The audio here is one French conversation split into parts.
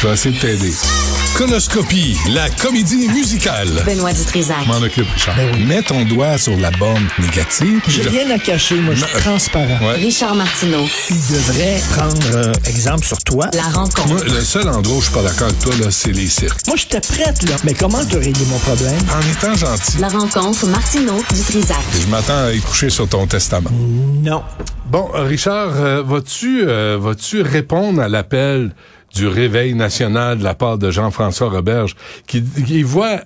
Je vais essayer de t'aider. Conoscopie, la comédie musicale. Benoît Dutrisac. Je m'en occupe, Richard. Mets ton doigt sur la borne négative. J'ai rien à cacher, moi, je suis transparent. Ouais. Richard Martineau. Il devrait prendre exemple sur toi. La rencontre. Moi, le seul endroit où je suis pas d'accord avec toi, là, c'est les cirques. Moi, j'étais prête, là. Mais comment tu as réglé mon problème? En étant gentil. La rencontre Martineau-Dutrisac. Je m'attends à y coucher sur ton testament. Non. Bon, Richard, vas-tu répondre à l'appel du réveil national de la part de Jean-François Roberge, qui voit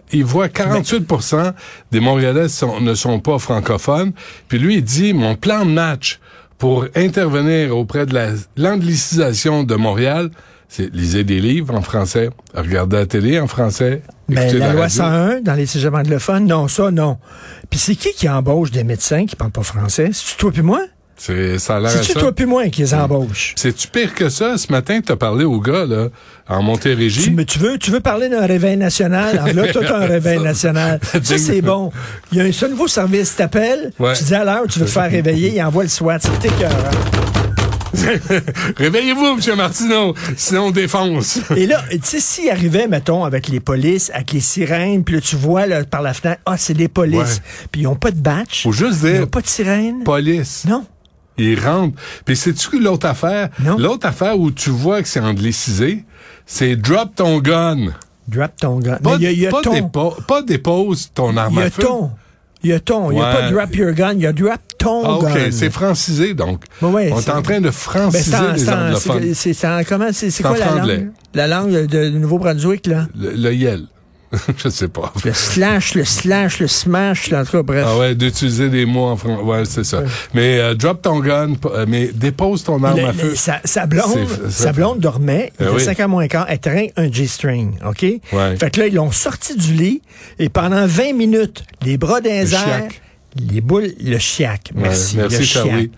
48% des Montréalais ne sont pas francophones, puis lui, il dit, mon plan de match pour intervenir auprès de l'anglicisation de Montréal, c'est lisez des livres en français, regarder la télé en français. Mais la loi radio. 101 dans les cégeps anglophones, non, ça, non. Puis c'est qui embauche des médecins qui parlent pas français? C'est-tu toi puis moi? Ça a l'air à C'est-tu ça. toi puis moi qui les embauchent? C'est-tu pire que ça? Ce matin, t'as parlé au gars, là, en Montérégie. Tu veux parler d'un réveil national? Alors là, toi, t'as un réveil national. Ça, c'est bon. Il y a un nouveau service qui t'appelle. Ouais. Tu dis à l'heure où tu veux te faire réveiller, il envoie le SWAT. C'est écœurant. Réveillez-vous, M. Martineau, sinon on défonce. Et là, tu sais, s'il arrivait, mettons, avec les polices, avec les sirènes, puis là, tu vois là, par la fenêtre, c'est les polices. Ouais. Puis ils n'ont pas de batch. Faut juste Ils dire n'ont pas de sirène. police. Non. Ils rentrent. Puis sais-tu l'autre affaire? Non. L'autre affaire où tu vois que c'est anglicisé, c'est drop ton gun. Drop ton gun. Pas, Mais il y a pas, ton. pas dépose ton arme Il y à a feu. ton. Il y a ton. Il n'y a Ouais. pas drop your gun. Il y a drop ton Ah, OK, gun. c'est francisé, donc. Ouais, on est en train de franciser les anglophones. C'est quoi la franglais. langue? La langue du Nouveau-Brunswick, là? Le yel. Je sais pas. Le slash, le smash, là, en tout cas, bref. Ah ouais, d'utiliser des mots en français. Ouais, c'est ça. Ouais. Mais drop ton gun, mais dépose ton arme à feu. Sa blonde dormait, il était 5 h moins quart, elle traîne un G-string, OK? Ouais. Fait que là, ils l'ont sorti du lit, et pendant 20 minutes, les bras dans les airs, chiac. les boules, le chiac, merci, merci, le chiac. Charlie.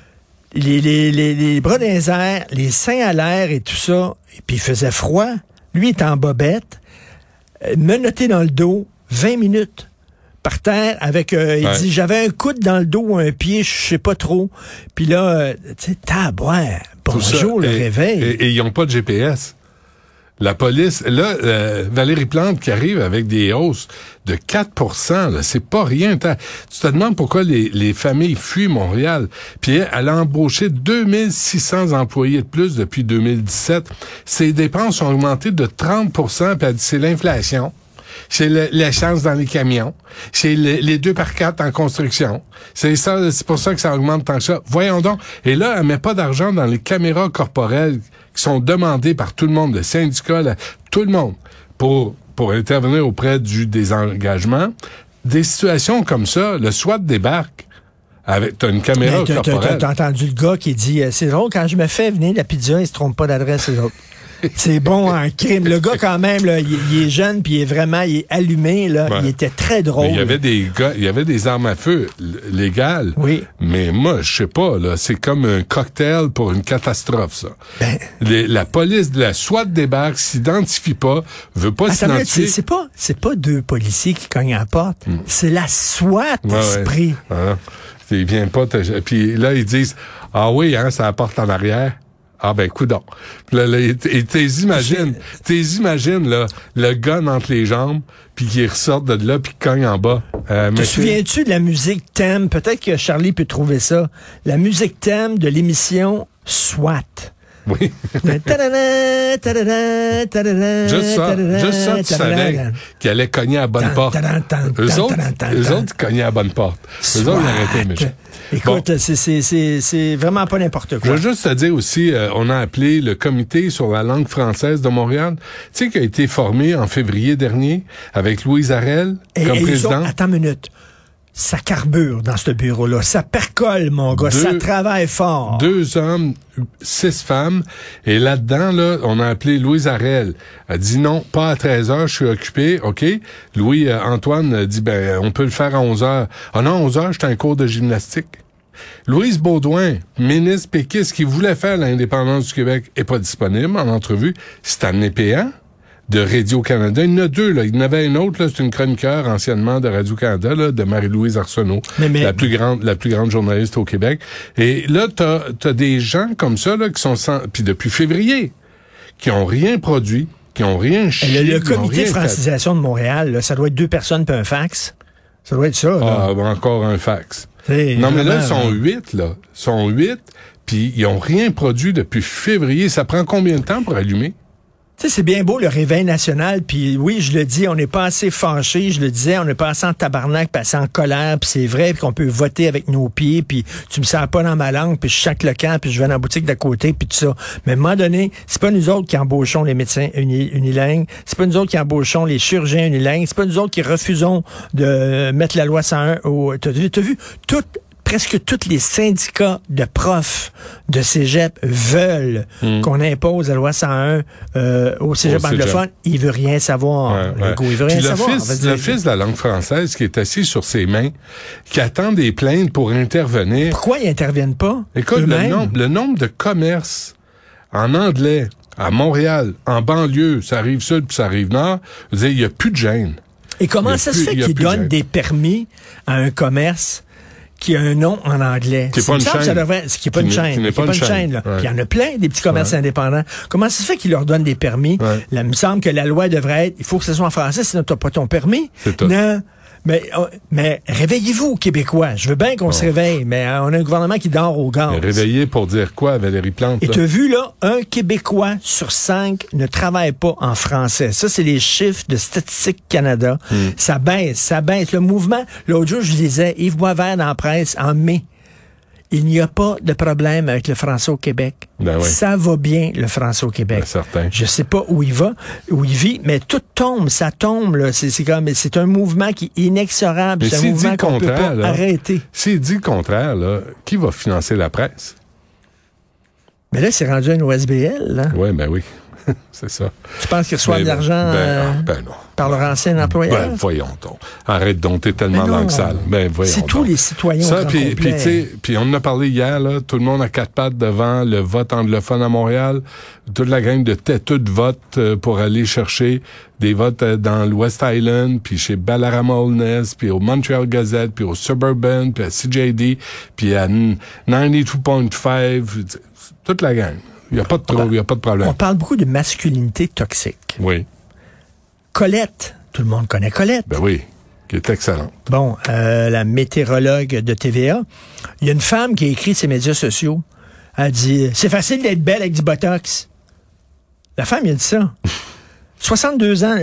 Les bras dans les airs, les seins à l'air et tout ça, et puis il faisait froid, lui il était en bobette, menotté dans le dos, 20 minutes. Par terre, avec, il dit, j'avais un coude dans le dos ou un pied, je sais pas trop. Puis là, tu sais, taboire, bonjour, le réveil. Et ils n'ont pas de GPS. La police, là, Valérie Plante qui arrive avec des hausses de 4%, là, c'est pas rien. Tu te demandes pourquoi les familles fuient Montréal. Puis elle a embauché 2600 employés de plus depuis 2017. Ses dépenses ont augmenté de 30%, puis elle dit c'est l'inflation. C'est l'essence dans les camions. C'est les 2x4 en construction. C'est pour ça que ça augmente tant que ça. Voyons donc. Et là, elle met pas d'argent dans les caméras corporelles qui sont demandées par tout le monde, le syndicat, tout le monde, pour intervenir auprès du désengagement. Des situations comme ça, le SWAT débarque. T'as une caméra corporelle. T'as entendu le gars qui dit, c'est drôle, quand je me fais venir la pizza, il se trompe pas d'adresse, les autres. C'est bon en crime. Le gars, quand même, là, il est jeune, puis il est allumé, là. Ouais. Il était très drôle. Mais il y avait des armes à feu légales. Oui. Mais moi, je sais pas, là, c'est comme un cocktail pour une catastrophe, ça. La police de la SWAT débarque, s'identifie pas, veut pas s'identifier. C'est pas deux policiers qui cognent à la porte. C'est la SWAT, esprit. Ouais. Il vient pas puis là, ils disent, ah oui, hein, ça apporte en arrière. Ah ben coudonc. Là, t'imagines là, le gun entre les jambes, puis qu'il ressorte de là, puis qu'il cogne en bas. Te souviens-tu de la musique thème? Peut-être que Charlie peut trouver ça. La musique thème de l'émission SWAT. Oui. Juste ça, tu savais qu'il allait cogner à la bonne porte. Eux autres, ils cognaient à la bonne porte. Eux autres, ils arrêtaient méchants. Écoute, bon. C'est vraiment pas n'importe quoi. Je veux juste te dire aussi, on a appelé le comité sur la langue française de Montréal, tu sais, qui a été formé en février dernier avec Louise Arel comme présidente. Attends une minute. Ça carbure dans ce bureau-là. Ça percole, mon gars. Ça travaille fort. 2 hommes, 6 femmes. Et là-dedans, là, on a appelé Louise Arel. Elle dit non, pas à 13h, je suis occupé. OK. Louis-Antoine dit, on peut le faire à 11h. Ah non, 11h, j'étais en cours de gymnastique. Louise Baudouin, ministre péquiste qui voulait faire l'indépendance du Québec, est pas disponible en entrevue. Stanley Péan de Radio-Canada. Il y en a 2, là. Il y en avait une autre, là. C'est une chroniqueur anciennement de Radio-Canada, là, de Marie-Louise Arsenault. La plus grande journaliste au Québec. Et là, t'as des gens comme ça, là, qui sont puis depuis février, qui ont rien produit, qui ont rien chié. Le comité de francisation de Montréal, là, ça doit être 2 personnes puis un fax. Ça doit être ça, là. Ah, encore un fax. C'est non, mais là, ils vraiment, sont 8, là. Ils sont 8, puis ils ont rien produit depuis février. Ça prend combien de temps pour allumer? Tu sais, c'est bien beau le réveil national, puis oui, je le dis, on n'est pas assez fâchés, je le disais, on n'est pas assez en tabarnak, pas assez en colère, puis c'est vrai, puis qu'on peut voter avec nos pieds, puis tu me sers pas dans ma langue, puis je chaque le camp, puis je vais dans la boutique d'à côté, puis tout ça. Mais à un moment donné, c'est pas nous autres qui embauchons les médecins unilingues, c'est pas nous autres qui embauchons les chirurgiens unilingues, c'est pas nous autres qui refusons de mettre la loi 101 au... T'as vu? Presque tous les syndicats de profs de cégep veulent qu'on impose la loi 101 au cégep anglophone. Il veut rien savoir. Ouais. Il veut rien savoir. L'Office de la langue française qui est assis sur ses mains, qui attend des plaintes pour intervenir. Pourquoi ils interviennent pas? Écoute, le nombre de commerces en anglais à Montréal, en banlieue, ça arrive sud puis ça arrive nord, je veux dire, il n'y a plus de gêne. Et comment ça se fait qu'ils donnent des permis à un commerce qui a un nom en anglais? Qui n'est pas une chaîne. Qui n'est pas une chaîne. Qui n'est pas une chaîne. Là. Puis il y en a plein, des petits commerces indépendants. Comment ça se fait qu'ils leur donnent des permis? Là, il me semble que la loi devrait être, il faut que ce soit en français, sinon tu n'as pas ton permis. C'est tout. Non. Mais réveillez-vous, Québécois. Je veux bien qu'on se réveille, mais on a un gouvernement qui dort au gaz. Réveillez pour dire quoi, Valérie Plante? Et tu as vu, là, 1 Québécois sur 5 ne travaille pas en français. Ça, c'est les chiffres de Statistique Canada. Ça baisse. Le mouvement, l'autre jour, je lisais Yves Boisvert dans la presse en mai. Il n'y a pas de problème avec le français au Québec. Ben oui. Ça va bien, le français au Québec. Ben, certain. Je sais pas où il vit, mais tout tombe, ça tombe, là. C'est un mouvement qui est inexorable. Mais c'est un mouvement qu'on peut pas arrêter. S'il dit le contraire, là, qui va financer la presse? Mais là, c'est rendu un OSBL, là. Oui, ben oui. C'est ça. Tu penses qu'il reçoit de l'argent non. par leur ancien employeur? Ben, voyons donc. Arrête donc, t'es tellement langue sale. Ben, voyons c'est donc. tous les citoyens ça, au grand puis, complet. tu sais, puis on en a parlé hier, là, tout le monde à 4 pattes devant le vote anglophone à Montréal, toute la gang de têteux de vote pour aller chercher des votes dans l'West Island, puis chez Balarama Holness, puis au Montreal Gazette, puis au Suburban, puis à CJD, puis à 92.5, toute la gang. Il n'y a pas de trouble, il n'y a pas de problème. On parle beaucoup de masculinité toxique. Oui. Colette, tout le monde connaît Colette. Ben oui, qui est excellente. Bon, la météorologue de TVA. Il y a une femme qui a écrit sur ses médias sociaux. Elle dit, c'est facile d'être belle avec du Botox. La femme, elle a dit ça. 62 ans,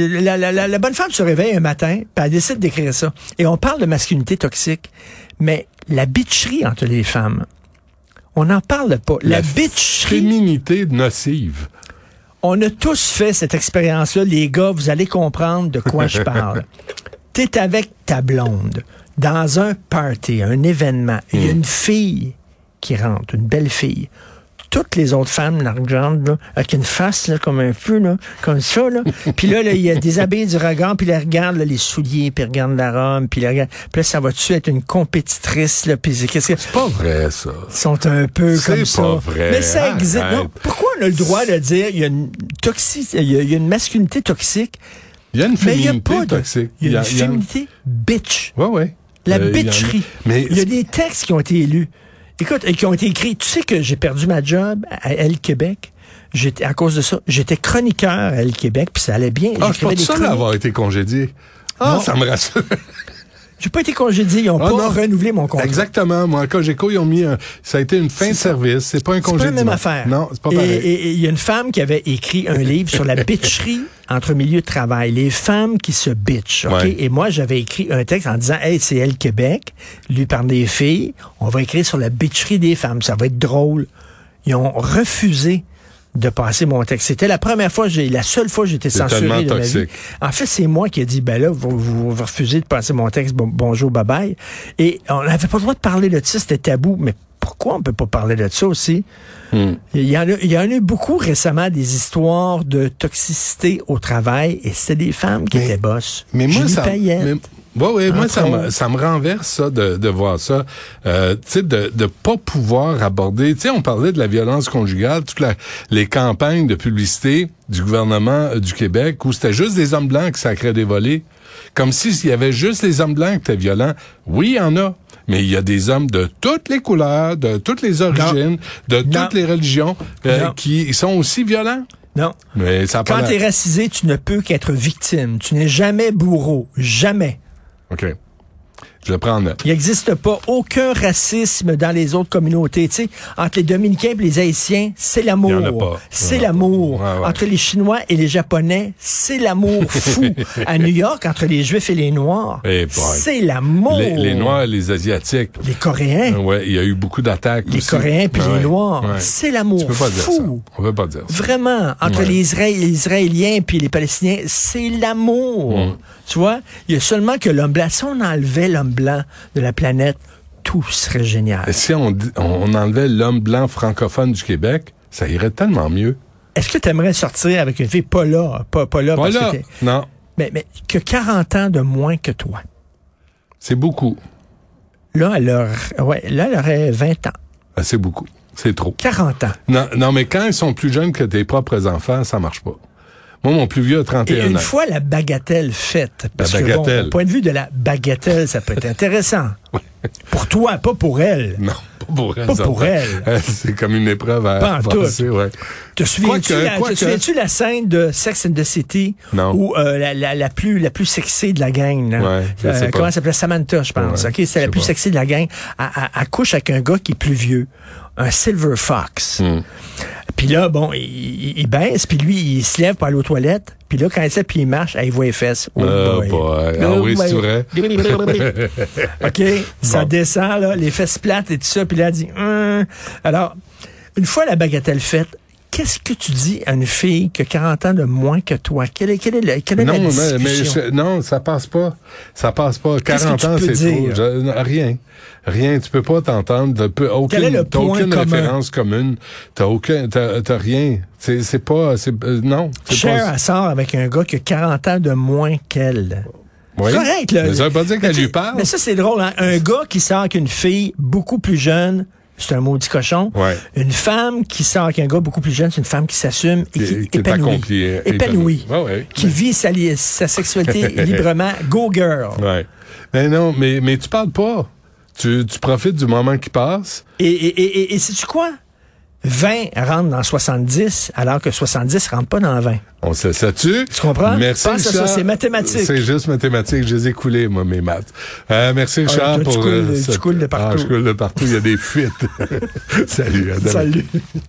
la bonne femme se réveille un matin, puis elle décide d'écrire ça. Et on parle de masculinité toxique, mais la bitcherie entre les femmes, on n'en parle pas. La bitcherie. Féminité nocive. On a tous fait cette expérience-là. Les gars, vous allez comprendre de quoi je parle. T'es avec ta blonde dans un party, un événement. Il y a une fille qui rentre, une belle fille. Toutes les autres femmes la regardent là, avec une face là, comme un peu, là, comme ça. Là. Puis là, il y a des habits du regard, puis ils regardent là, les souliers, puis ils regardent la robe, puis là, ça va-tu être une compétitrice? Là, puis qu'est-ce que... C'est pas vrai, ça. Ils sont un peu comme ça. C'est pas vrai. Mais ça existe. Non, pourquoi on a le droit de dire il y a une il y a une masculinité toxique? Il y a une féminité toxique. Il y a une féminité bitch. Oui. La bitcherie. Mais il y a des textes qui ont été élus. Écoute, qui ont été écrits. Tu sais que j'ai perdu ma job à Elle Québec. À cause de ça. J'étais chroniqueur à Elle Québec, puis ça allait bien. Je suis pas tout seul d'avoir été congédié. Ça me rassure. J'ai pas été congédié, ils n'ont pas renouvelé mon contrat. Exactement. Moi, à Cogeco, ils ont mis ça a été une fin de service. C'est pas un congédiement. C'est pas la même affaire. Non, c'est pas pareil. Et il y a une femme qui avait écrit un livre sur la bitcherie entre milieu de travail. Les femmes qui se bitchent. OK? Ouais. Et moi, j'avais écrit un texte en disant, hey, c'est Elle Québec, lui par des filles. On va écrire sur la bitcherie des femmes. Ça va être drôle. Ils ont refusé de passer mon texte. C'était la première fois, la seule fois que j'étais censuré de ma vie. En fait, c'est moi qui ai dit, ben là, vous refusez de passer mon texte, bonjour, bye-bye. Et on n'avait pas le droit de parler de ça, c'était tabou. Mais pourquoi on peut pas parler de ça aussi? Il y en a eu beaucoup récemment des histoires de toxicité au travail et c'était des femmes qui étaient boss. Mais moi, moi, ça me renverse, ça, de voir ça. Tu sais, de pas pouvoir aborder... Tu sais, on parlait de la violence conjugale, toutes les campagnes de publicité du gouvernement du Québec où c'était juste des hommes blancs qui sacraient des volets. Comme s'il y avait juste les hommes blancs qui étaient violents. Oui, il y en a. Mais il y a des hommes de toutes les couleurs, de toutes les origines, de toutes les religions qui sont aussi violents. Non. Mais ça a pas Quand l'air- t'es racisé, tu ne peux qu'être victime. Tu n'es jamais bourreau. Jamais. OK. Je le prends en note. Il n'existe pas aucun racisme dans les autres communautés. Tu sais, entre les Dominicains et les Haïtiens, c'est l'amour. Il y en a pas. C'est Il y en a l'amour. pas. Ouais. Entre les Chinois et les Japonais, c'est l'amour fou. À New York, entre les Juifs et les Noirs, Eh boy. c'est l'amour. Les Noirs et les Asiatiques. Les Coréens. Ouais, il y a eu beaucoup d'attaques Les aussi. Coréens puis Ouais, les Noirs. ouais. C'est l'amour Tu peux pas dire ça. fou. On peut pas dire ça. Vraiment, entre Ouais. les Israéliens puis les Palestiniens, c'est l'amour. Tu vois, il y a seulement que l'homme blanc. Si on enlevait l'homme blanc de la planète, tout serait génial. Si on enlevait l'homme blanc francophone du Québec, ça irait tellement mieux. Est-ce que tu aimerais sortir avec une fille pas là, pas là, Pas parce là. que t'es- Non. mais que 40 ans de moins que toi. C'est beaucoup. Là, elle aurait 20 ans. Ah, c'est beaucoup. C'est trop. 40 ans. Non, mais quand ils sont plus jeunes que tes propres enfants, ça marche pas. Moi, mon plus vieux a Et 31 une ans. fois la bagatelle faite, parce que bagatelle. bon, au point de vue de la bagatelle, ça peut être intéressant. Pour toi, pas pour elle. Non, pas pour elle. Pas ça. pour elle. C'est comme une épreuve à Pas en tout. passer, ouais. Te souviens-tu Quoique- la scène de Sex and the City Non. où la plus sexy de la gang, là, Ouais, je sais pas. comment elle s'appelait? Samantha, je pense. Ouais, Ok, c'est la je plus sais sexy de la gang. Elle couche avec un gars qui est plus vieux, un Silver Fox. Puis là, bon, il baisse, puis lui, il se lève pour aller aux toilettes. Puis là, quand il sait, puis il marche, il voit les fesses. Oh boy. boy. Ah oui, c'est vrai. OK, ça descend, là, les fesses plates et tout ça. Puis là, elle dit... Alors, une fois la bagatelle faite, qu'est-ce que tu dis à une fille qui a 40 ans de moins que toi? Quelle est la Non, discussion? non, ça passe pas. Ça passe pas. Qu'est-ce 40 que tu ans, peux c'est trop. dire? Rien. Rien. Tu peux pas t'entendre. Quel est le T'as point aucune commun? référence commune. T'as rien. C'est pas, non. c'est Cher, pas- elle sort avec un gars qui a 40 ans de moins qu'elle. Oui. C'est correct, là. Mais ça veut pas dire qu'elle Mais lui parle. Mais ça, c'est drôle, hein? Un gars qui sort avec une fille beaucoup plus jeune, c'est un maudit cochon. Ouais. Une femme qui sort avec un gars beaucoup plus jeune, c'est une femme qui s'assume et qui Qui est épanouie. accomplie, Épanouie. Ouais, ouais. Qui vit sa sexualité librement. Go girl. Ouais. Mais non, mais tu parles pas. Tu profites du moment qui passe. Et sais-tu quoi? 20 rentre dans 70, alors que 70 rentre pas dans 20. On se tu. Tu comprends? Merci, Pense à ça, Richard. c'est mathématique. C'est juste mathématique. Je les ai coulés, moi, mes maths. Merci, Richard, toi, tu pour... coules- tu coules de partout. je coule de partout. Il y a des fuites. Salut. À demain. Salut.